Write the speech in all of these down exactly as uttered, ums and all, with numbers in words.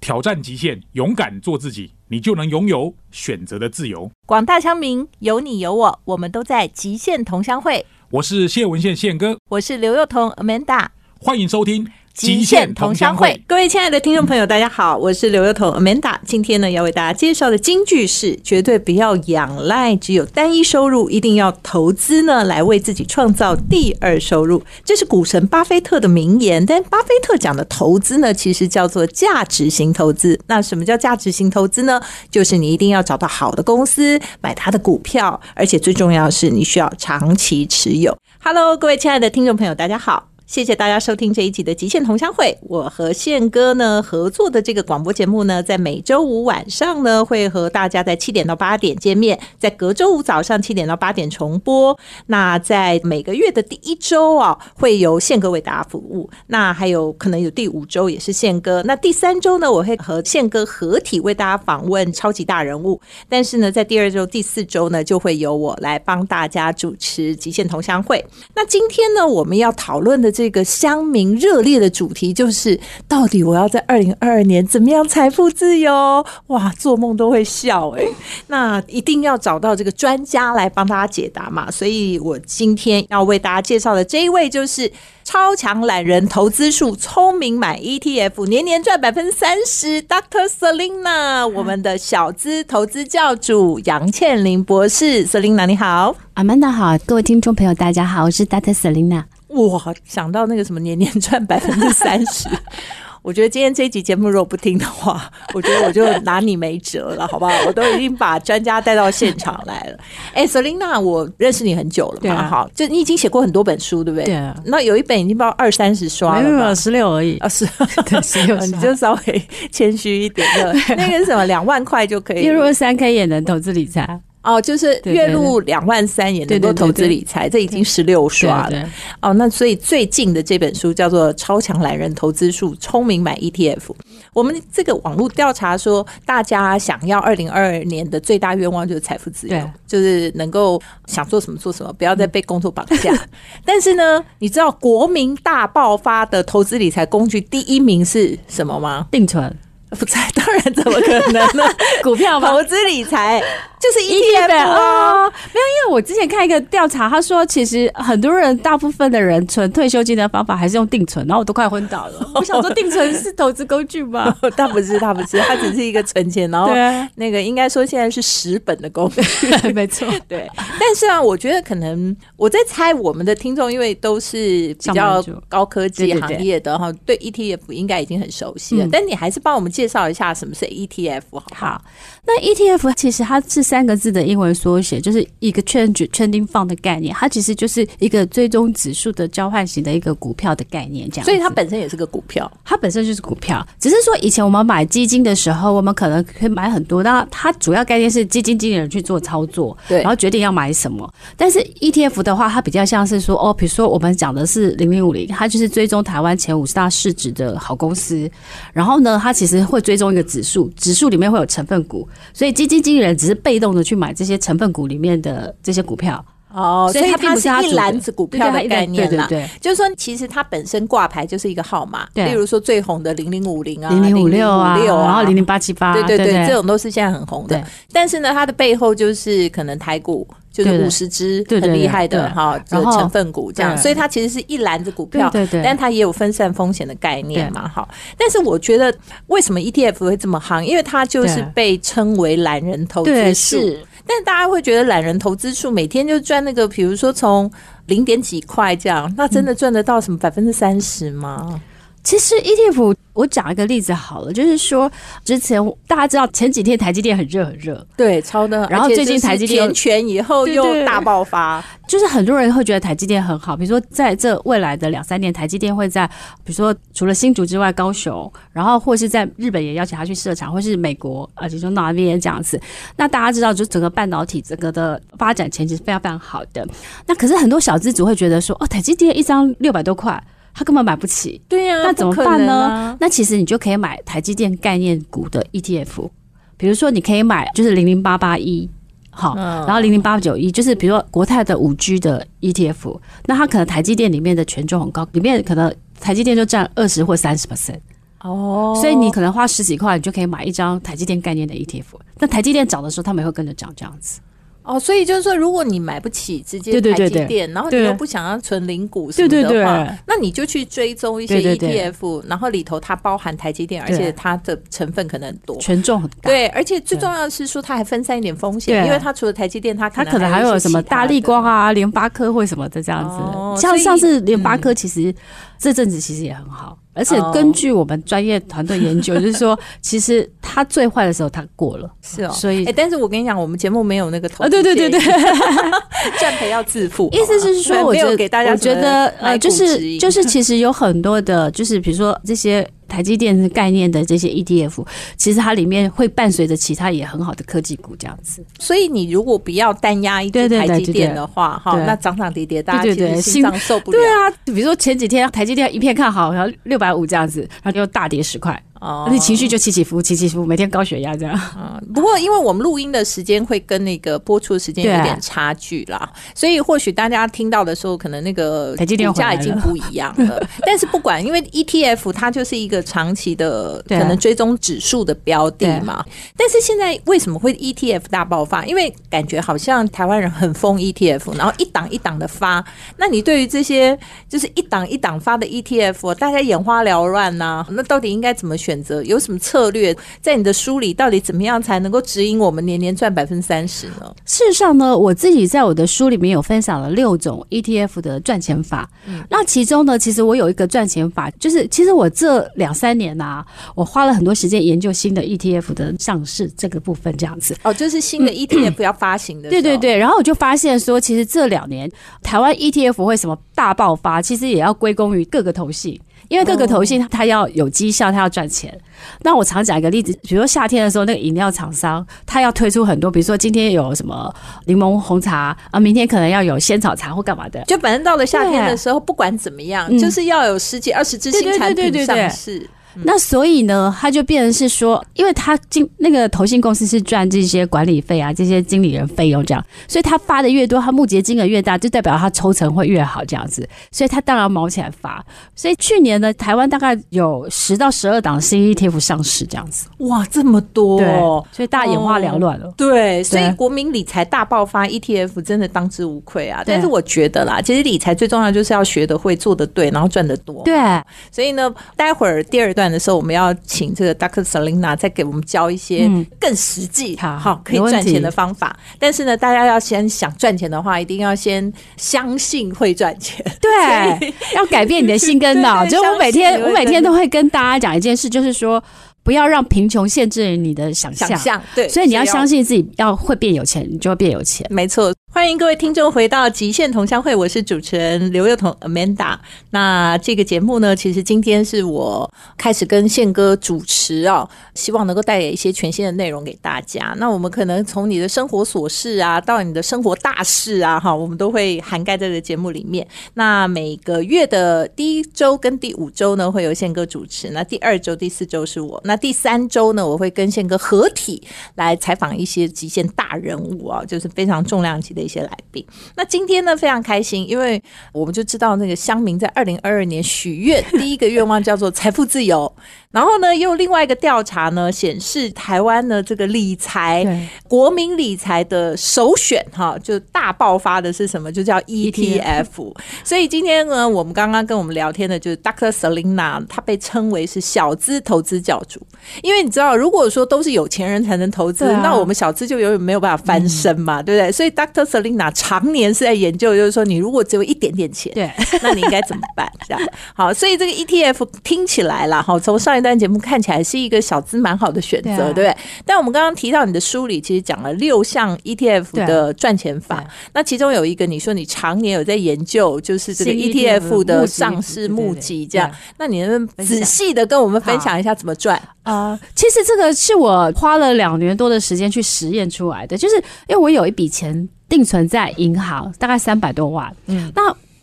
挑战极限，勇敢做自己，你就能拥有选择的自由。 广大乡民，有你有我，我们都在极限同乡会。 我是谢文宪宪哥， 我是刘幼彤 Amanda， 欢迎收听极限同乡会。各位亲爱的听众朋友大家好，我是刘幼彤 Amanda。 今天呢要为大家介绍的金句是：绝对不要仰赖只有单一收入，一定要投资呢来为自己创造第二收入。这是股神巴菲特的名言，但巴菲特讲的投资呢其实叫做价值型投资。那什么叫价值型投资呢？就是你一定要找到好的公司，买它的股票，而且最重要的是你需要长期持有。 Hello， 各位亲爱的听众朋友大家好，谢谢大家收听这一集的极限同乡会。我和宪哥呢合作的这个广播节目呢，在每周五晚上呢会和大家在七点到八点见面，在隔周五早上七点到八点重播。那在每个月的第一周啊，会由宪哥为大家服务。那还有可能有第五周也是宪哥。那第三周呢，我会和宪哥合体为大家访问超级大人物。但是呢，在第二周、第四周呢，就会由我来帮大家主持极限同乡会。那今天呢，我们要讨论的这个乡民热烈的主题就是到底我要在二零二二年怎么样财富自由？哇，做梦都会笑哎、欸！那一定要找到这个专家来帮大家解答嘛。所以我今天要为大家介绍的这一位就是超强懒人投资术，聪明买 E T F， 年年赚百分之三十 Doctor Selina， 我们的小资投资教主杨倩玲博士。 Selina 你好。 Amanda 好，各位听众朋友大家好，我是 Doctor Selina。 哇，想到那个什么年年赚百分之三十，我觉得今天这一集节目如果不听的话，我觉得我就拿你没辙了，好不好？我都已经把专家带到现场来了。哎、欸、，Selina， 我认识你很久了嘛，啊、好，就你已经写过很多本书，对不对？ 对啊。 那有一本已经不知道二三十刷了吧， 没有十六而已啊，是， 对，十六刷， 你就稍微谦虚一点的。那个是什么，两万块就可以， 月入三 K 也能投资理财。 哦，就是月入两万三也能够投资理财，这已经十六刷了。对对对哦，那所以最近的这本书叫做《超强懒人投资术：聪明买 E T F》。我们这个网络调查说，大家想要二零二二年的最大愿望就是财富自由，就是能够想做什么做什么，不要再被工作绑架。嗯、但是呢，你知道国民大爆发的投资理财工具第一名是什么吗？ 定存。 不在，当然怎么可能呢？ 股票吗？ 投资理财就是 E T F 啊、哦！ 没有，因为我之前看一个调查，他说其实很多人，大部分的人存退休金的方法还是用定存，然后我都快昏倒了。我想说，定存是投资工具吗？ 他不是，他不是，他只是一个存钱，然后那个应该说现在是十本的工具， 没错， 对。但是啊，我觉得可能我在猜我们的听众，因为都是比较高科技行业的哈，对 E T F 应该已经很熟悉了。嗯、但你还是帮我们介绍一下什么是 E T F 好不好？ 好，那 E T F 其实它是三个字的英文缩写，就是一个 change trending fund 的概念，它其实就是一个追踪指数的交换型的一个股票的概念，这样。 所以它本身也是个股票， 它本身就是股票，只是说以前我们买基金的时候，我们可能可以买很多，那它主要概念是基金经理人去做操作，对，然后决定要买什么。但是 E T F 的话，它比较像是说，哦，比如说我们讲的是零零五零，它就是追踪台湾前五十大市值的好公司，然后呢，它其实会追踪一个指数，指数里面会有成分股，所以基金经理人只是被动的去买这些成分股里面的这些股票。 哦，所以它是一篮子股票的概念啦。 对对对， 就是说其实它本身挂牌就是一个号码，例如说最红的零零五零啊、 零零五六啊，然后零零八七八， 对对 对, 对，这种都是现在很红的。但是呢，它的背后就是可能台股就是五十只很厉害的哈，这个成分股这样，所以它其实是一篮子股票，对对对，但它也有分散风险的概念嘛，哈。但是我觉得为什么 E T F 会这么夯？因为它就是被称为懒人投资术。但大家会觉得懒人投资术每天就赚那个，比如说从零点几块这样，那真的赚得到什么百分之三十吗？ 其实 E T F 我讲一个例子好了，就是说之前大家知道前几天台积电很热很热， 对，超的， 然后最近台积电填权以后又大爆发， 对对对，就是很多人会觉得台积电很好，比如说在这未来的两三年，台积电会在比如说除了新竹之外，高雄，然后或是在日本也邀请他去设厂，或是美国啊，其中那边这样子。那大家知道，就整个半导体整个的发展前景是非常非常好的。那可是很多小资主会觉得说，哦，台积电一张六百多块。他根本买不起， 对呀、啊， 那怎么办呢、 啊？ 那其实你就可以买台积电概念股的 E T F， 比如说你可以买就是零零八八一，好，然后零零八九一就是比如说国泰的五 G 的 E T F， 那它可能台积电里面的权重很高，里面可能台积电就占二十或三十 percent。 哦，所以你可能花十几块，你就可以买一张台积电概念的 E T F。那台积电涨的时候，他们也会跟着涨，这样子。 哦，所以就是说，如果你买不起直接台积电，对对对对，然后你又不想要存零股什么的话，对对对，那你就去追踪一些 E T F， 对对对，然后里头它包含台积电，而且它的成分可能很多， 权重很大。 对，而且最重要的是说，它还分散一点风险，因为它除了台积电，它可能它可能还有什么大立光啊、联发科或什么的这样子。哦、像上次联发科其实、嗯、这阵子其实也很好。而且根据我们专业团队研究，就是说，其实它最坏的时候它过了， 是哦。 所以， 哎、欸，但是我跟你讲，我们节目没有那个投资， 对对对对， 赚赔要自负。 意思是说，我觉得给大家， 我觉得呃，就是就是，其实有很多的，就是比如说这些台积电概念的这些 E T F， 其实它里面会伴随着其他也很好的科技股这样子。 所以你如果不要单压一只台积电的话，哈，那涨涨跌跌，大家其实心脏受不了。 对啊，比如说前几天台积电一片看好，然后六百五这样子，然后就大跌十块。哦，你情绪就起起伏起起伏，每天高血压这样。 嗯，不过因为我们录音的时间会跟那个播出的时间有点差距啦，所以或许大家听到的时候，可能那个股价已经不一样了。但是不管，因为 E T F 它就是一个长期的可能追踪指数的标的嘛。但是现在为什么会 E T F 大爆发？因为感觉好像台湾人很疯 E T F， 然后一档一档的发。那你对于这些就是一档一档发的 E T F， 大家眼花缭乱呐，那到底应该怎么选择？有什么策略？在你的书里，到底怎么样才能够指引我们年年赚百分之三十呢？ 事实上呢，我自己在我的书里面有分享了六种 E T F 的赚钱法。嗯，那其中呢，其实我有一个赚钱法，就是其实我这两三年啊，我花了很多时间研究新的 E T F 的上市这个部分，这样子。 哦，就是新的 E T F 要发行的时候。 对对对，然后我就发现说，其实这两年台湾 E T F 为什么大爆发，其实也要归功于各个投信。因为各个投信它要有绩效，它要赚钱。那我常讲一个例子，比如说夏天的时候，那个饮料厂商它要推出很多，比如说今天有什么柠檬红茶啊，明天可能要有仙草茶或干嘛的。 就反正到了夏天的时候，不管怎么样，嗯、就是要有十几二十支新产品上市。 那所以呢，它就变成是说，因为他经那个投信公司是赚这些管理费啊，这些经理人费用这样，所以他发的越多，他募集金额越大，就代表他抽成会越好这样子，所以他当然毛起来发。所以去年呢，台湾大概有十到十二档新 E T F 上市这样子。 哇，这么多、哦， 所以大家眼花缭乱了、哦。 对，所以国民理财大爆发 ，E T F 真的当之无愧啊。但是我觉得啦，其实理财最重要就是要学得会、做得对，然后赚得多。 对， 所以呢，待会儿第二段的时候，我们要请这个 Doctor Selena 再给我们教一些更实际、嗯、好可以赚钱的方法。但是呢，大家要先想赚钱的话，一定要先相信会赚钱。 对，要改变你的心跟脑。就我每天，我每天都会跟大家讲一件事，就是说，不要让贫穷限制你的想象。想象，对，所以你要相信自己要会变有钱，你就会变有钱。 没错。欢迎各位听众回到极限同乡会，我是主持人刘幼彤 Amanda。那这个节目呢，其实今天是我开始跟宪哥主持哦，希望能够带来一些全新的内容给大家。那我们可能从你的生活琐事啊，到你的生活大事啊，哈，我们都会涵盖在这个节目里面。那每个月的第一周跟第五周呢，会由宪哥主持；那第二周、第四周是我；那第三周呢，我会跟宪哥合体来采访一些极限大人物啊，就是非常重量级的一些来宾。那今天呢非常开心，因为我们就知道那个乡民在二零二二年许愿第一个愿望叫做财富自由，然后呢又另外一个调查呢显示台湾呢这个理财国民理财的首选哈，就大爆发的是什么，就叫 E T F。 所以今天呢我们刚刚跟我们聊天的就是 Doctor Selena， 她被称为是小资投资教主。因为你知道如果说都是有钱人才能投资、啊、那我们小资就永远没有办法翻身嘛、嗯、对不对？所以 Doctor Selena 常年是在研究，就是说你如果只有一点点钱，对，那你应该怎么办？这样好，所以这个 E T F 听起来啦，从上一段节目看起来是一个小资蛮好的选择， 对,、啊、对不对？但我们刚刚提到你的书里其实讲了六项 E T F 的赚钱法，那其中有一个你说你常年有在研究，就是这个 E T F 的上市募集这样，那你能不能仔细的跟我们分享一下怎么赚？ 呃，其实这个是我花了两年多的时间去实验出来的，就是因为我有一笔钱定存在银行，大概三百多万，嗯，那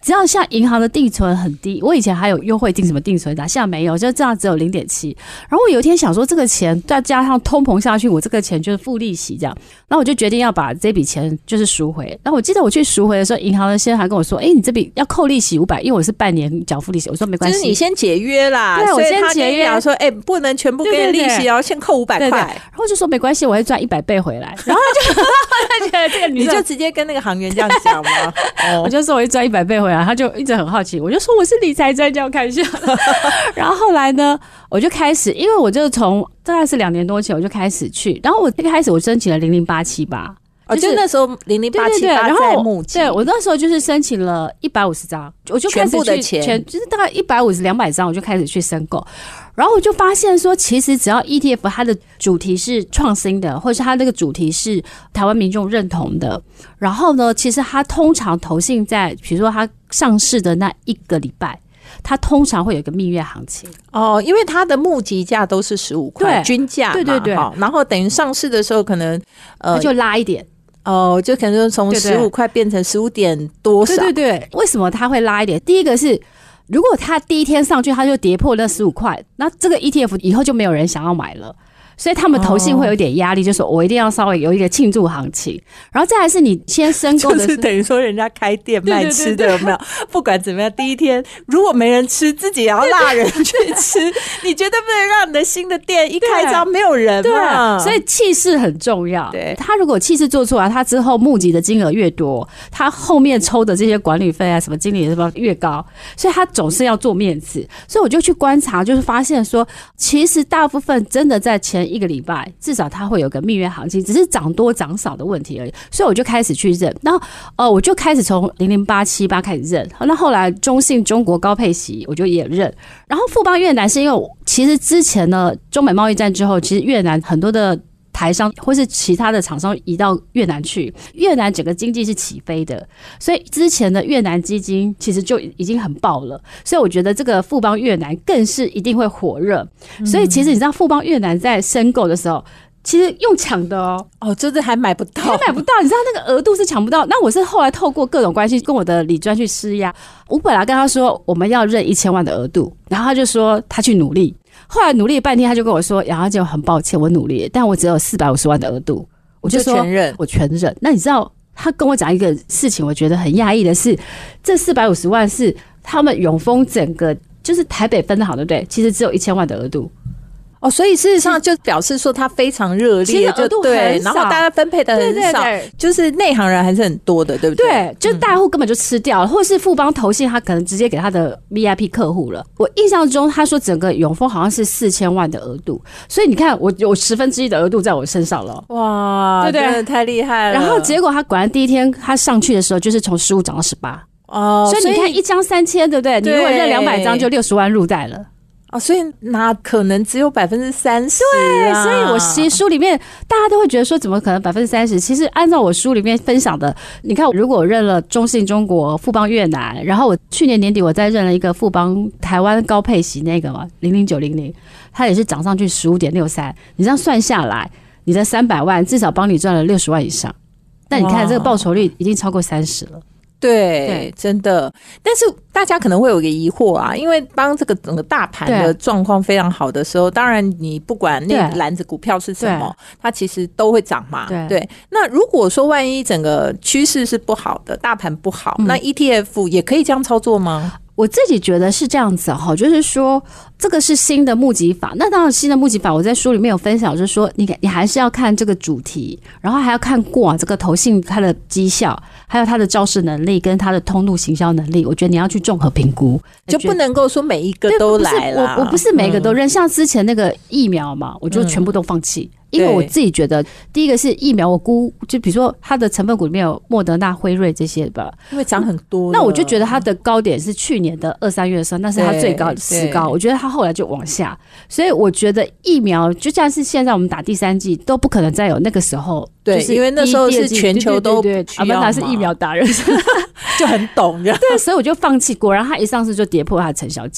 只要像银行的定存很低，我以前还有优惠定什么定存的，现在没有，就这样只有 零点七。 然后我有一天想说这个钱再加上通膨下去，我这个钱就是付利息这样，然后我就决定要把这笔钱就是赎回。然后我记得我去赎回的时候，银行的先生还跟我说，哎，你这笔要扣利息五百，因为我是半年缴付利息。我说没关系， 就是你先解约啦。 对，我先解约， 说哎，不能全部给你利息哦，先扣五百块。 然后就说没关系，我会赚一百倍回来。然后就他觉得这个女生， 你就直接跟那个行员这样讲吗？ 哦、我就说我会赚一百倍回来，他就一直很好奇，我就说我是理财专家，看一下。然后后来呢，我就开始，因为我就从大概是两年多前我就开始去，然后我一开始我申请了零零八七八。 哦，就那时候零零八七八在募集， 对，我那时候就是申请了一百五十张，我就开始去全部的钱， 全就是大概一百五十两百张，我就开始去申购。然后我就发现说，其实只要 E T F 它的主题是创新的，或者是它那个主题是台湾民众认同的，然后呢，其实它通常投信在比如说它上市的那一个礼拜，它通常会有一个蜜月行情哦，因为它的募集价都是十五块均价嘛， 对对对， 然后等于上市的时候可能呃就拉一点。 哦，就可能从十五块变成十五点多少？ 对对对，为什么它会拉一点？第一个是，如果它第一天上去，它就跌破那十五块，那这个 E T F 以后就没有人想要买了。所以他们投信会有一点压力，就是我一定要稍微有一个庆祝行情，然后再来是你先申购的是， 就是等于说人家开店卖吃的，有没有？不管怎么样，第一天如果没人吃，自己也要拉人去吃，你绝对不能让你的新的店一开张没有人嘛。 所以气势很重要。 对， 他如果气势做出来，他之后募集的金额越多，他后面抽的这些管理费啊、什么经理什么越高，所以他总是要做面子。所以我就去观察，就是发现说，其实大部分真的在前一个礼拜至少它会有个蜜月行情，只是涨多涨少的问题而已。所以我就开始去认，然后呃，我就开始从零零八七八开始认，那后来中信中国高配息我就也认，然后富邦越南是因为其实之前呢中美贸易战之后，其实越南很多的台商或是其他的厂商移到越南去，越南整个经济是起飞的，所以之前的越南基金其实就已经很爆了，所以我觉得这个富邦越南更是一定会火热。所以其实你知道富邦越南在申购的时候其实用抢的哦， 哦，就是还买不到， 还买不到，你知道那个额度是抢不到。那我是后来透过各种关系跟我的理专去施压，我本来跟他说我们要认一千万的额度，然后他就说他去努力。后来努力半天，他就跟我说：“然后就很抱歉，我努力，但我只有四百五十万的额度。”我就说：“ 全认， 我全认。”那你知道他跟我讲一个事情，我觉得很讶异的是，这四百五十万是他们永丰整个就是台北分的好，对不对？其实只有一千万的额度。 哦，所以事实上就表示说他非常热烈，就对，然后大家分配的很少，对对对，就是内行人还是很多的，对不对？ 对，就是大户根本就吃掉了，嗯、或是富邦投信他可能直接给他的 V I P 客户了。我印象中他说整个永丰好像是四千万的额度，所以你看我有十分之一的额度在我身上了， 哇，对对，真的太厉害了。 然后结果他果然第一天他上去的时候就是从十五涨到十八，哦，所以你看一张三千，对不对？你如果认两百张就六十万入袋了。 哦，所以哪可能只有百分之三十？ 对，所以我其实书里面大家都会觉得说，怎么可能百分之三十？其实按照我书里面分享的，你看，如果我认了中信中国、富邦越南，然后我去年年底我再认了一个富邦台湾高配息那个嘛，零零九零零，它也是涨上去十五点六三，你这样算下来，你的三百万至少帮你赚了六十万以上。但你看这个报酬率已经超过三十了。 对，对，真的。但是大家可能会有一个疑惑啊，因为当这个整个大盘的状况非常好的时候，当然你不管那篮子股票是什么，它其实都会涨嘛。对，对。那如果说万一整个趋势是不好的，大盘不好，嗯、那 E T F 也可以这样操作吗？ 我自己觉得是这样子哈，就是说这个是新的募集法。那当然，新的募集法我在书里面有分享，就是说你你还是要看这个主题，然后还要看过往这个投信它的绩效，还有它的招式能力跟它的通路行销能力。我觉得你要去综合评估， 就不能够说每一个都来了。 我我不是每一个都认，嗯、像之前那个疫苗嘛，我就全部都放弃。嗯，因为我自己觉得，第一个是疫苗，我估就比如说它的成分股里面有莫德纳、辉瑞这些吧， 因为涨很多， 那我就觉得它的高点是去年的二三月的时候，那是它最高的时高，我觉得它后来就往下，所以我觉得疫苗就像是现在我们打第三剂都不可能再有那个时候， 对， 就是因为那时候是全球都需要嘛， 阿曼达是疫苗达人， 就很懂， 对，所以我就放弃，果然它一上市就跌破它的成交价。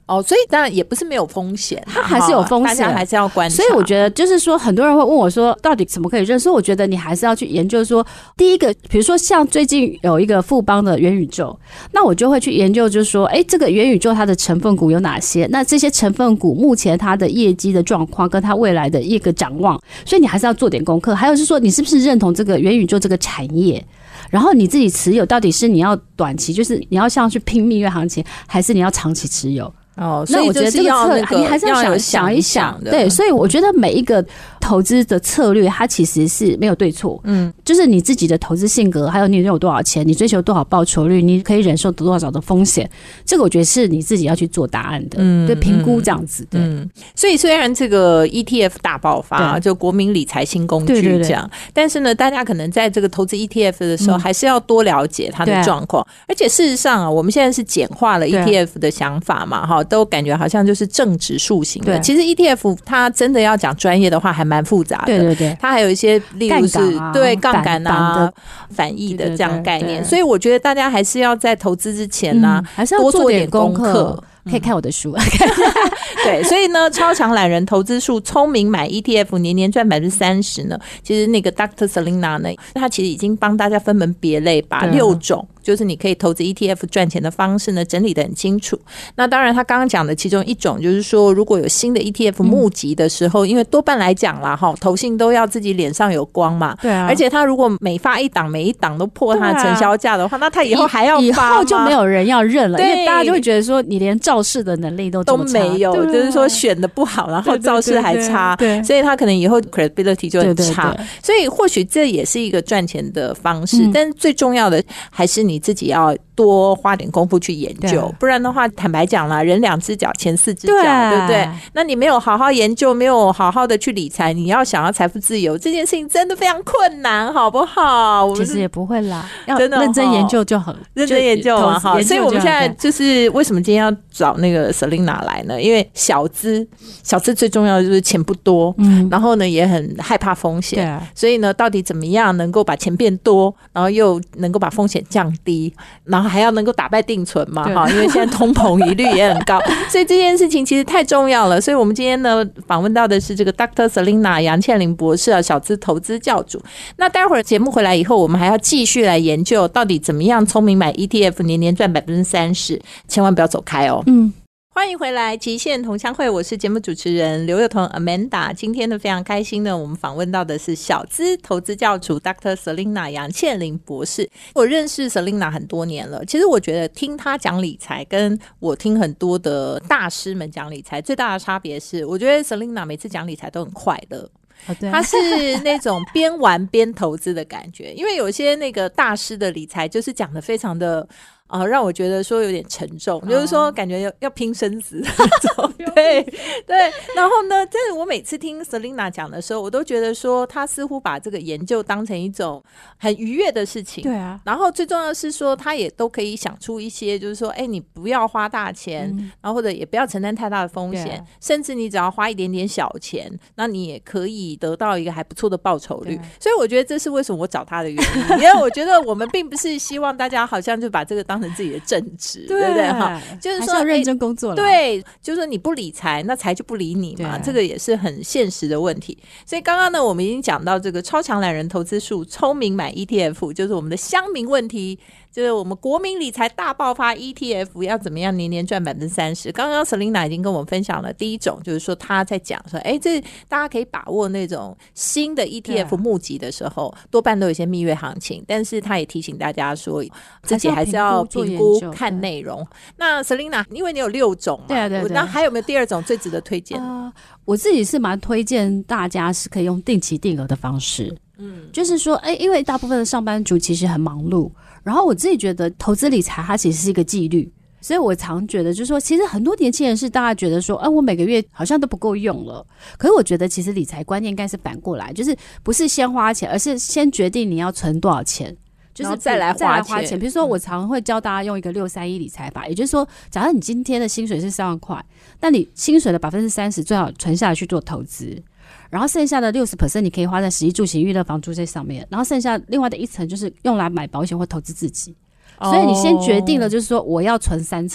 哦，所以当然也不是没有风险， 它还是有风险， 大家还是要观察。 所以我觉得就是说，很多人会问我说，到底怎么可以认？所以我觉得你还是要去研究说，第一个，比如说像最近有一个富邦的元宇宙，那我就会去研究，就是说，哎，这个元宇宙它的成分股有哪些？那这些成分股目前它的业绩的状况跟它未来的一个展望，所以你还是要做点功课。还有是说，你是不是认同这个元宇宙这个产业？然后你自己持有到底是你要短期，就是你要像去拼蜜月行情，还是你要长期持有？ 哦，所以我觉得这个策略你还是要想想一想，对，所以我觉得每一个投资的策略，它其实是没有对错，嗯，就是你自己的投资性格，还有你有多少钱，你追求多少报酬率，你可以忍受多少的风险，这个我觉得是你自己要去做答案的，嗯，对，评估这样子，对。 嗯，所以虽然这个 E T F 大爆发，就国民理财新工具这样，但是呢，大家可能在这个投资 E T F 的时候，还是要多了解它的状况，而且事实上啊，我们现在是简化了 E T F 的想法嘛，哈。都感觉好像就是正指数型的，其实 E T F 它真的要讲专业的话还蛮复杂的， 对对对， 它还有一些例如是杠杆啊对杠杆啊、反义的这样概念，所以我觉得大家还是要在投资之前呢、啊嗯， 还是要多做点功课。 可以看我的书， 对，所以呢，超强懒人投资术聪明买 E T F 年年赚百分之三十呢。其实那个 Doctor Selina 呢，他其实已经帮大家分门别类，把六种就是你可以投资 E T F 赚钱的方式呢整理得很清楚。那当然，他刚刚讲的其中一种就是说，如果有新的 E T F 募集的时候，嗯、因为多半来讲啦，哈，投信都要自己脸上有光嘛， 对啊。 而且他如果每发一档，每一档都破他的成交价的话，啊、那他以后还要发吗？ 以后就没有人要认了，因为大家就会觉得说，你连造势的能力都都没有，就是说选的不好，然后造势还差， 对对对对， 所以他可能以后 credibility 就很差。 对对对， 所以或许这也是一个赚钱的方式，嗯、但是最重要的还是你自己要多花点功夫去研究，不然的话，坦白讲啦，人两只脚，钱四只脚， 对, 对不对？那你没有好好研究，没有好好的去理财，你要想要财富自由，这件事情真的非常困难，好不好？ 其实也不会啦，要认真研究就很认真研究嘛，哈。所以我们现在就是为什么今天要找那个 Selina 来呢？因为小资，小资最重要的就是钱不多，嗯，然后呢也很害怕风险，对啊，所以呢，到底怎么样能够把钱变多，然后又能够把风险降低，然后还要能够打败定存嘛，哈，因为现在通膨疑虑也很高，所以这件事情其实太重要了。所以我们今天呢访问到的是这个 Doctor Selina 杨倩玲博士啊，小资投资教主。那待会儿节目回来以后，我们还要继续来研究到底怎么样聪明买 E T F 年年赚百分之三十，千万不要走开哦。嗯。欢迎回来极限同乡会，我是节目主持人刘幼彤 Amanda。 今天呢非常开心呢，我们访问到的是小资投资教主 Doctor Selina 杨倩玲博士。我认识 Selina 很多年了，其实我觉得听她讲理财跟我听很多的大师们讲理财最大的差别是，我觉得 Selina 每次讲理财都很快乐，他是那种边玩边投资的感觉，因为有些那个大师的理财就是讲的非常的啊、呃，让我觉得说有点沉重，哦、就是说感觉要要拼生死那种，对对。然后呢，但是我每次听 Selina 讲的时候，我都觉得说她似乎把这个研究当成一种很愉悦的事情， 对啊。 然后最重要的是说，她也都可以想出一些，就是说，哎，你不要花大钱，嗯、然后或者也不要承担太大的风险，甚至你只要花一点点小钱，那你也可以得到一个还不错的报酬率。所以我觉得这是为什么我找她的原因，因为我觉得我们并不是希望大家好像就把这个当当成自己的正职，对不对？哈，就是说要认真工作了。 对，就是说你不理财，那财就不理你嘛，这个也是很现实的问题。所以刚刚呢，我们已经讲到这个超强懒人投资术，聪明买 E T F， 就是我们的乡民问题。就是我们国民理财大爆发 E T F 要怎么样年年赚百分之三十？刚刚 Selina 已经跟我们分享了第一种，就是说他在讲说，哎，这大家可以把握那种新的 E T F 募集的时候，多半都有一些蜜月行情，但是他也提醒大家说，自己还是要评估看内容。那 Selina， 因为你有六种嘛， 对啊对对， 那还有没有第二种最值得推荐？ 呃，我自己是蛮推荐大家是可以用定期定额的方式。嗯，就是说，哎，因为大部分的上班族其实很忙碌，然后我自己觉得投资理财它其实是一个纪律，所以我常觉得就是说，其实很多年轻人是大家觉得说，哎，我每个月好像都不够用了，可是我觉得其实理财观念应该是反过来，就是不是先花钱，而是先决定你要存多少钱。就是再来花钱， 比如说我常会教大家用一个六三一理财法，也就是说，假如你今天的薪水是三万块，那你薪水的百分之三十最好存下来去做投资，然后剩下的六十 percent 你可以花在食衣住行娱乐房租这上面，然后剩下另外的一层就是用来买保险或投资自己。所以你先决定了，就是说我要存三成。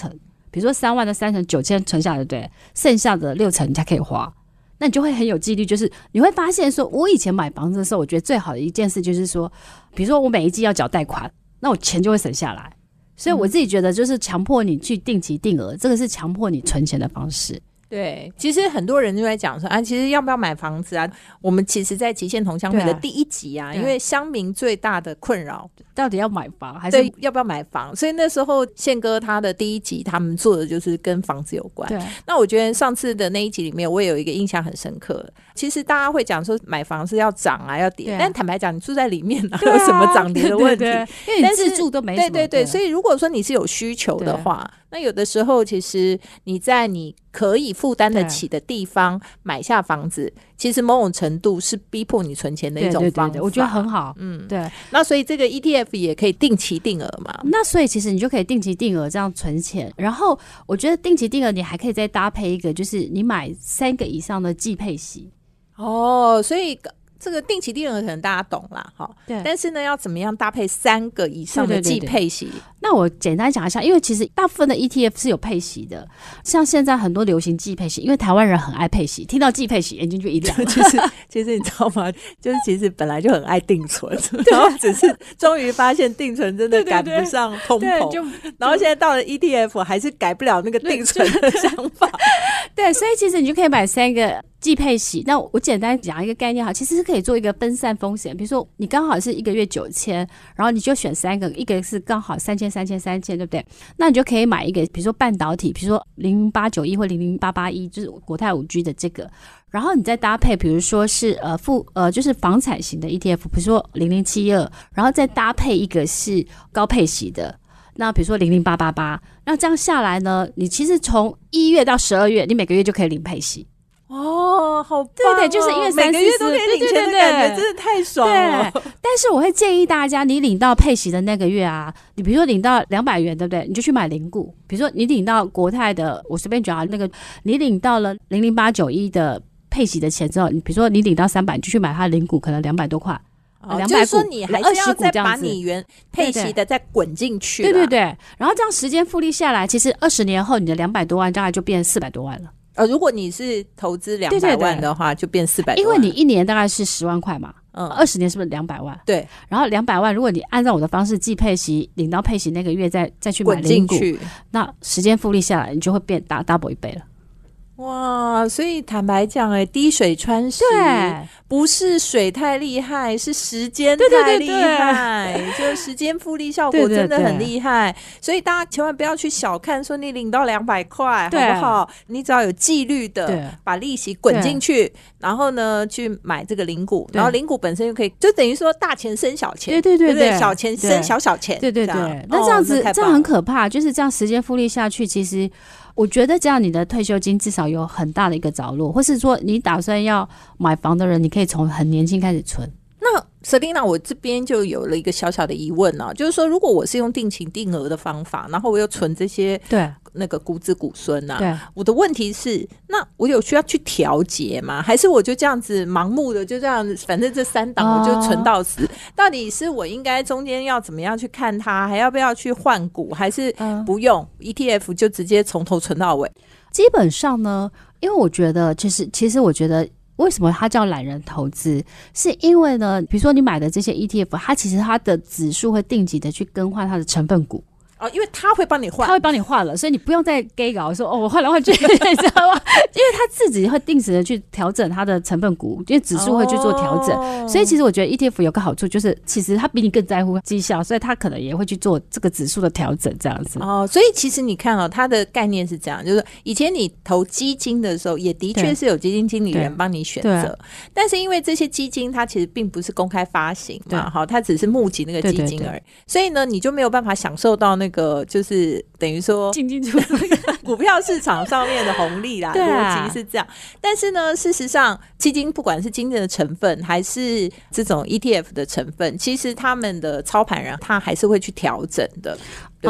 比如说三万的三成九千存下来，对不对？剩下的六成你才可以花。那你就会很有纪律，就是你会发现说，我以前买房子的时候，我觉得最好的一件事就是说，比如说我每一季要缴贷款，那我钱就会省下来。所以我自己觉得，就是强迫你去定期定额，这个是强迫你存钱的方式。 对，其实很多人就在讲说啊，其实要不要买房子啊？我们其实在极限同乡会的第一集啊，因为乡民最大的困扰到底要买房还是要不要买房，所以那时候宪哥他的第一集他们做的就是跟房子有关。对，那我觉得上次的那一集里面，我也有一个印象很深刻。其实大家会讲说买房是要涨啊，要跌，但坦白讲，你住在里面哪有什么涨跌的问题？对对对， 因为你自住都没什么。 对对对，所以如果说你是有需求的话，那有的时候其实你在你可以负担得起的地方买下房子，其实某种程度是逼迫你存钱的一种方法。对对对对， 我觉得很好。嗯，对。 那所以这个 E T F 也可以定期定额嘛？ 那所以其实你就可以定期定额这样存钱，然后我觉得定期定额你还可以再搭配一个，就是你买三个以上的季配息。 哦，所以这个定期定额可能大家懂啦，对。但是呢，要怎么样搭配三个以上的季配息？对对对对， 那我简单讲一下，因为其实大部分的 E T F 是有配息的，像现在很多流行季配息，因为台湾人很爱配息，听到季配息眼睛就一亮。 其实其实你知道吗？就是其实本来就很爱定存，然后只是终于发现定存真的赶不上通膨，然后现在到了 E T F 还是改不了那个定存的想法。 对，所以其实你就可以买三个季配息。那我简单讲一个概念哈，其实是可以做一个分散风险。比如说你刚好是一个月九千，然后你就选三个，一个是刚好三千、三千、三千，对不对？那你就可以买一个，比如说半导体，比如说零八九一或零零八八一，就是国泰五 G 的这个。然后你再搭配，比如说是呃负呃就是房产型的 E T F， 比如说零零七二，然后再搭配一个是高配息的。那比如说零零八八八，那这样下来呢，你其实从一月到十二月，你每个月就可以领配息。 哦，好棒哦！ 对对，就是因为每个月都可以领钱的感觉，真的太爽了。 对，但是我会建议大家，你领到配息的那个月啊，你比如说领到两百元，对不对？你就去买零股。比如说你领到国泰的，我随便讲那个，你领到了零零八九一的配息的钱之后，你比如说你领到三百，你就去买它的零股，可能两百多块。 哦，就是说你还是要再把你原配息的再滚进去。 对对对，然后这样时间复利下来，其实二十年后你的两百多万大概就变四百多万了。 呃，如果你是投资两百万的话，对对对，就变四百多万。 因为你一年大概是十万块嘛，嗯，二十年是不是两百万？ 对。 然后两百万，如果你按照我的方式季配息，领到配息那个月再再去买零股，那时间复利下来，你就会变大 double 一倍了。 哇，所以坦白讲，哎，滴水穿石，不是水太厉害，是时间太厉害，对对对，就时间复利效果真的很厉害。对对对，所以大家千万不要去小看说你领到两百块，好不好？你只要有纪律的把利息滚进去，然后呢去买这个零股，然后零股本身就可以，就等于说大钱生小钱， 对对 对, 对, 对, 对, 对，小钱生小小钱， 对对对。这那这样子、哦、这样很可怕，就是这样时间复利下去，其实。我觉得这样你的退休金至少有很大的一个着落，或是说你打算要买房的人，你可以从很年轻开始存。 那 Selina， 我这边就有了一个小小的疑问啊，就是说如果我是用定期定额的方法，然后我又存这些对那个股子股孙啊，对，我的问题是，那我有需要去调节吗？还是我就这样子盲目的就这样，反正这三档我就存到死、哦？到底是我应该中间要怎么样去看它，还要不要去换股，还是不用、嗯、E T F 就直接从头存到尾？ 基本上呢，因为我觉得其实其实我觉得。为什么它叫懒人投资？是因为呢，比如说你买的这些 E T F， 它其实它的指数会定期的去更换它的成分股。 哦，因为他会帮你换， 他会帮你换了，所以你不用再 gay 搞说哦，我换来换去，你知道吗？因为他自己会定时的去调整它的成分股，因为指数会去做调整、哦，所以其实我觉得 E T F 有个好处就是，其实他比你更在乎绩效，所以他可能也会去做这个指数的调整，这样子。 哦，所以其实你看哦，它的概念是这样，就是以前你投基金的时候，也的确是有基金经理人帮你选择，但是因为这些基金它其实并不是公开发行嘛，好，它只是募集那个基金而已，对对对，所以呢，你就没有办法享受到那个就是。等于说进进出出股票市场上面的红利啦，逻辑、啊、是这样。但是呢，事实上基金不管是基金的成分还是这种 E T F 的成分，其实他们的操盘人他还是会去调整的，对不对？ 嗯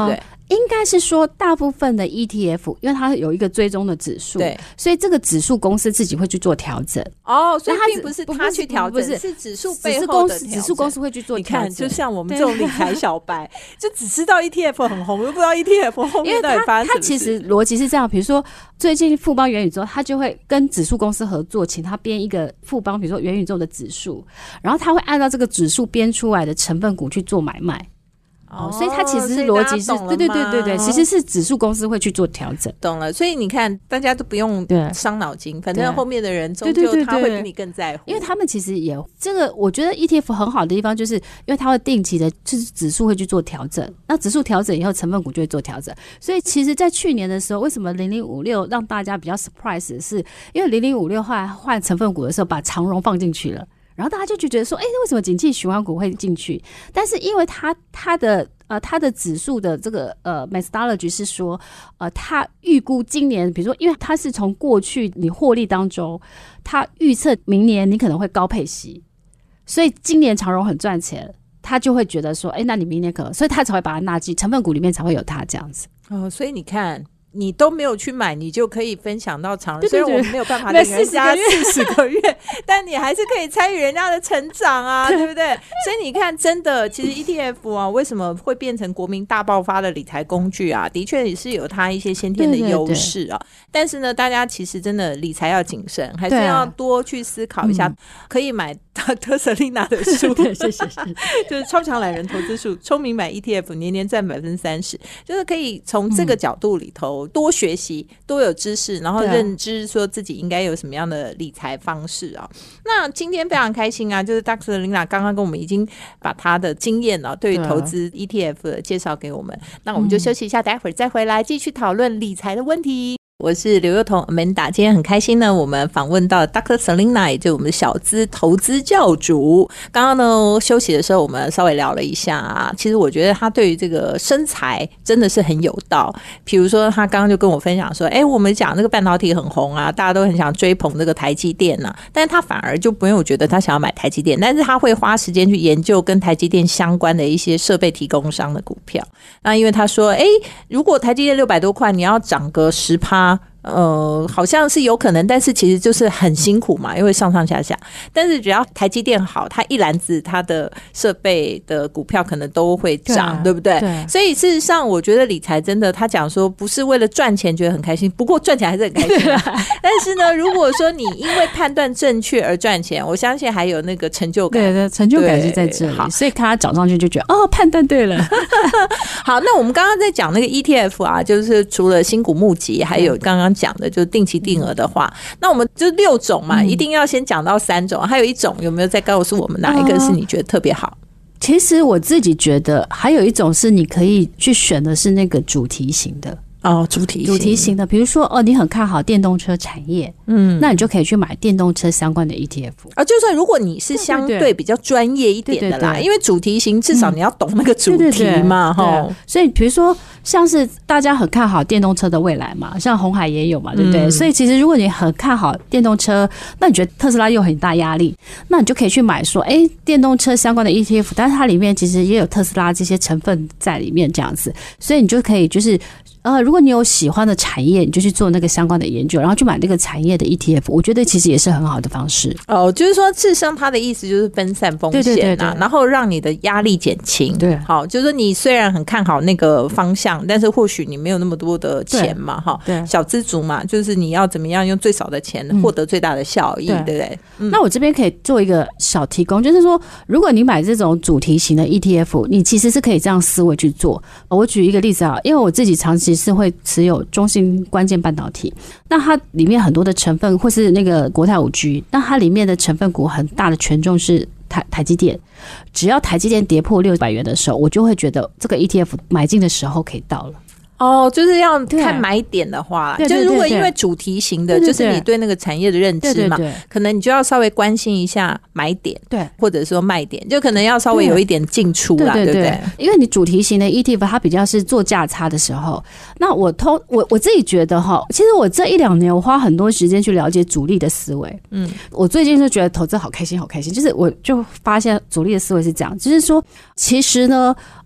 应该是说大部分的 E T F 因为它有一个追踪的指数， 对， 所以这个指数公司自己会去做调整。 哦，所以它并不是他去调整， 不是是指数背后的调整， 指数公司会去做调整。 你看就像我们这种理财小白就只知道 E T F 很红，又不知道 E T F 后面到底发生什么事。因为它它其实逻辑是这样，比如说最近富邦元宇宙它就会跟指数公司合作，请他编一个富邦比如说元宇宙的指数，然后他会按照这个指数编出来的成分股去做买卖。哦，所以它其实逻辑是，对对对对对，其实是指数公司会去做调整。 懂了，所以你看，大家都不用伤脑筋，反正后面的人终究他会比你更在乎， 因为他们其实也这个，我觉得 E T F 很好的地方，就是因为它会定期的，就是指数会去做调整，那指数调整以后，成分股就会做调整。所以其实，在去年的时候，为什么零零五六让大家比较 surprise 的是，因为零零五六后来换成分股的时候，把长荣放进去了。然后大家就觉得说，哎、欸，为什么景气循环股会进去？但是因为它它的呃它的指数的这个呃 methodology 是说，呃，它预估今年，比如说，因为它是从过去你获利当中，它预测明年你可能会高配息，所以今年长荣很赚钱，他就会觉得说，哎、欸，那你明年可能，所以他才会把它纳进成分股里面，才会有它这样子。 哦，所以你看。你都没有去买，你就可以分享到长荣。虽然我们没有办法领人家四十个月，但你还是可以参与人家的成长啊，对不对？所以你看，真的，其实 E T F 啊，为什么会变成国民大爆发的理财工具啊？的确也是有它一些先天的优势啊。对对对，但是呢，大家其实真的理财要谨慎，还是要多去思考一下。啊嗯、可以买特瑟琳娜的书， 对，谢谢， 就是超强懒人投资术，聪明买 E T F， 年年赚百分之三十，就是可以从这个角度里头。多学习，多有知识，然后认知说自己应该有什么样的理财方式啊。那今天非常开心啊，就是 Doctor Lina 刚刚跟我们已经把他的经验啊，对于投资 E T F 的介绍给我们。那我们就休息一下，待会儿再回来继续讨论理财的问题。我是刘幼彤 Amanda， 今天很开心呢，我们访问到 Doctor Selina， 也就是我们的小资投资教主。刚刚呢休息的时候，我们稍微聊了一下啊，其实我觉得他对于这个身材真的是很有道。比如说他刚刚就跟我分享说，哎，我们讲那个半导体很红啊，大家都很想追捧这个台积电啊，但是他反而就不用觉得他想要买台积电，但是他会花时间去研究跟台积电相关的一些设备提供商的股票。那因为他说，哎，如果台积电六百多块，你要涨个十趴。呃，好像是有可能，但是其实就是很辛苦嘛，因为上上下下。但是只要台积电好，它一篮子它的设备的股票可能都会涨， 对, 对不对? 对。所以事实上，我觉得理财真的，他讲说不是为了赚钱觉得很开心，不过赚钱还是很开心、啊。但是呢，如果说你因为判断正确而赚钱，我相信还有那个成就感。 对对，成就感是在这里。好，所以看他涨上去就觉得哦，判断对了。 好，那我们刚刚在讲那个 E T F 啊，就是除了新股募集，还有刚刚讲的就是定期定额的话，那我们就六种嘛、嗯、一定要先讲到三种，还有一种有没有再告诉我们哪一个是你觉得特别好？ 其实我自己觉得还有一种是你可以去选的是那个主题型的哦，主题主题型的，比如说哦，你很看好电动车产业，嗯，那你就可以去买电动车相关的 E T F 啊。就算如果你是相对比较专业一点的啦，对对对，因为主题型至少你要懂那个主题嘛，哈、嗯。 所以比如说像是大家很看好电动车的未来嘛，像鸿海也有嘛，对不对？嗯、所以其实如果你很看好电动车，那你觉得特斯拉又很大压力，那你就可以去买说，哎，电动车相关的 E T F， 但是它里面其实也有特斯拉这些成分在里面，这样子，所以你就可以就是。呃，如果你有喜欢的产业，你就去做那个相关的研究，然后去买那个产业的 E T F， 我觉得其实也是很好的方式。 哦，就是说，事实上它的意思就是分散风险啊，对对对对，然后让你的压力减轻。对，好，就是说你虽然很看好那个方向，但是或许你没有那么多的钱嘛，哈，对，小资族嘛，就是你要怎么样用最少的钱获得最大的效益，嗯、对不对？嗯、 那我这边可以做一个小提供，就是说，如果你买这种主题型的 E T F， 你其实是可以这样思维去做。我举一个例子啊，因为我自己长期是会持有中芯关键半导体，那它里面很多的成分，或是那个国泰五 G， 那它里面的成分股很大的权重是台台积电，只要台积电跌破六百元的时候，我就会觉得这个 E T F 买进的时候可以到了。 哦，就是要看买点的话，就如果因为主题型的，就是你对那个产业的认知嘛，可能你就要稍微关心一下买点，对，或者说卖点，就可能要稍微有一点进出啦，对不对？ 因为你主题型的 E T F 它比较是做价差的时候，那我通我我自己觉得哈，其实我这一两年我花很多时间去了解主力的思维，嗯，我最近就觉得投资好开心好开心，就是我就发现主力的思维是这样，就是说其实呢。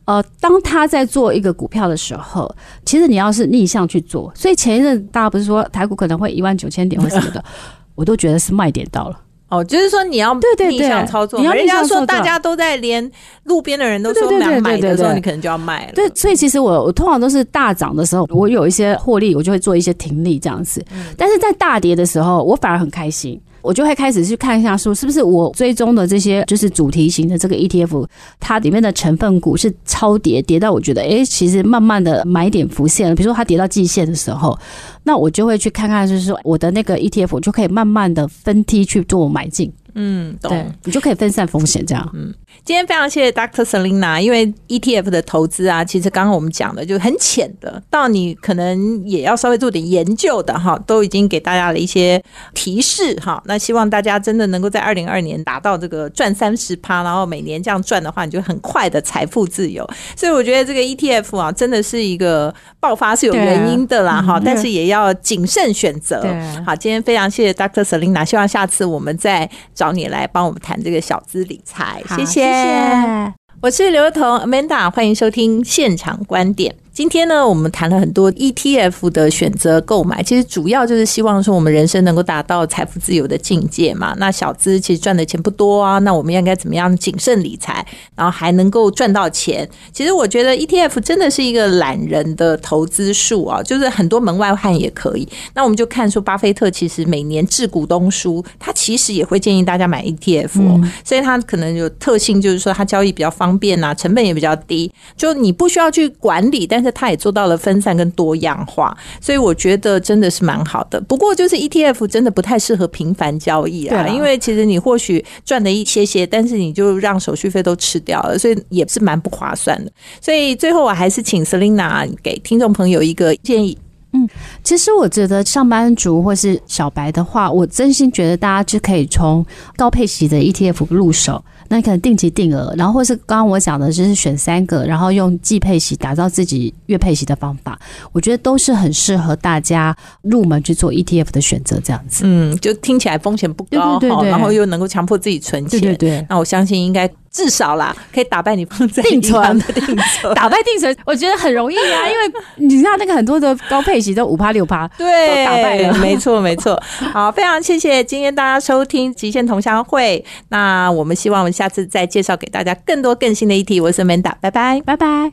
呃，当他在做一个股票的时候，其实你要是逆向去做，所以前一阵大家不是说台股可能会一万九千点或什么的，我都觉得是卖点到了。 哦，就是说你要逆向操作， 对对对， 人家说大家都在，连路边的人都说想买的时候，你可能就要卖了。 对，所以其实我我通常都是大涨的时候，我有一些获利，我就会做一些停利这样子。嗯、但是在大跌的时候，我反而很开心。我就会开始去看一下说是不是我追踪的这些就是主题型的这个 E T F 它里面的成分股是超跌跌到我觉得诶其实慢慢的买点浮现了，比如说它跌到季线的时候，那我就会去看看就是说我的那个 E T F 就可以慢慢的分梯去做买进。 嗯，懂。 对，你就可以分散风险这样。 嗯，今天非常谢谢 Doctor Selena， 因为 E T F 的投资啊，其实刚刚我们讲的就很浅的，到你可能也要稍微做点研究的哈，都已经给大家了一些提示哈。那希望大家真的能够在二零二二年达到这个赚 百分之三十， 然后每年这样赚的话，你就很快的财富自由。所以我觉得这个 E T F 啊，真的是一个爆发是有原因的啦哈，但是也要谨慎选择。好，今天非常谢谢 Doctor Selena， 希望下次我们再找你来帮我们谈这个小资理财，谢谢。 谢谢， 我是刘彤 Amanda， 欢迎收听现场观点。今天呢，我们谈了很多 E T F 的选择购买，其实主要就是希望说我们人生能够达到财富自由的境界嘛。那小资其实赚的钱不多啊，那我们应该怎么样谨慎理财，然后还能够赚到钱？其实我觉得 E T F 真的是一个懒人的投资术啊，就是很多门外汉也可以。那我们就看说巴菲特其实每年致股东书，他其实也会建议大家买 E T F 哦，嗯、所以他可能有特性，就是说他交易比较方便啊，成本也比较低，就你不需要去管理，但是它也做到了分散跟多样化，所以我觉得真的是蛮好的。不过就是 E T F 真的不太适合频繁交易啊，因为其实你或许赚了一些些，但是你就让手续费都吃掉了，所以也是蛮不划算的。所以最后我还是请 Selena 给听众朋友一个建议。 嗯，其实我觉得上班族或是小白的话，我真心觉得大家就可以从高配息的 E T F 入手。那可能定期定额，然后或是刚刚我讲的就是选三个，然后用季配息打造自己月配息的方法，我觉得都是很适合大家入门去做 E T F 的选择这样子。 嗯，就听起来风险不高，对对对对，然后又能够强迫自己存钱，对对对，那我相信应该至少啦可以打败你放在定存的定存打败定存我觉得很容易啊，因为你知道那个很多的高配息都 百分之五 百分之六对， 都打败了， 没错没错。好，非常谢谢今天大家收听极限同乡会，那我们希望我们下次再介绍给大家更多更新的议题。我是 Amanda， 拜拜拜拜。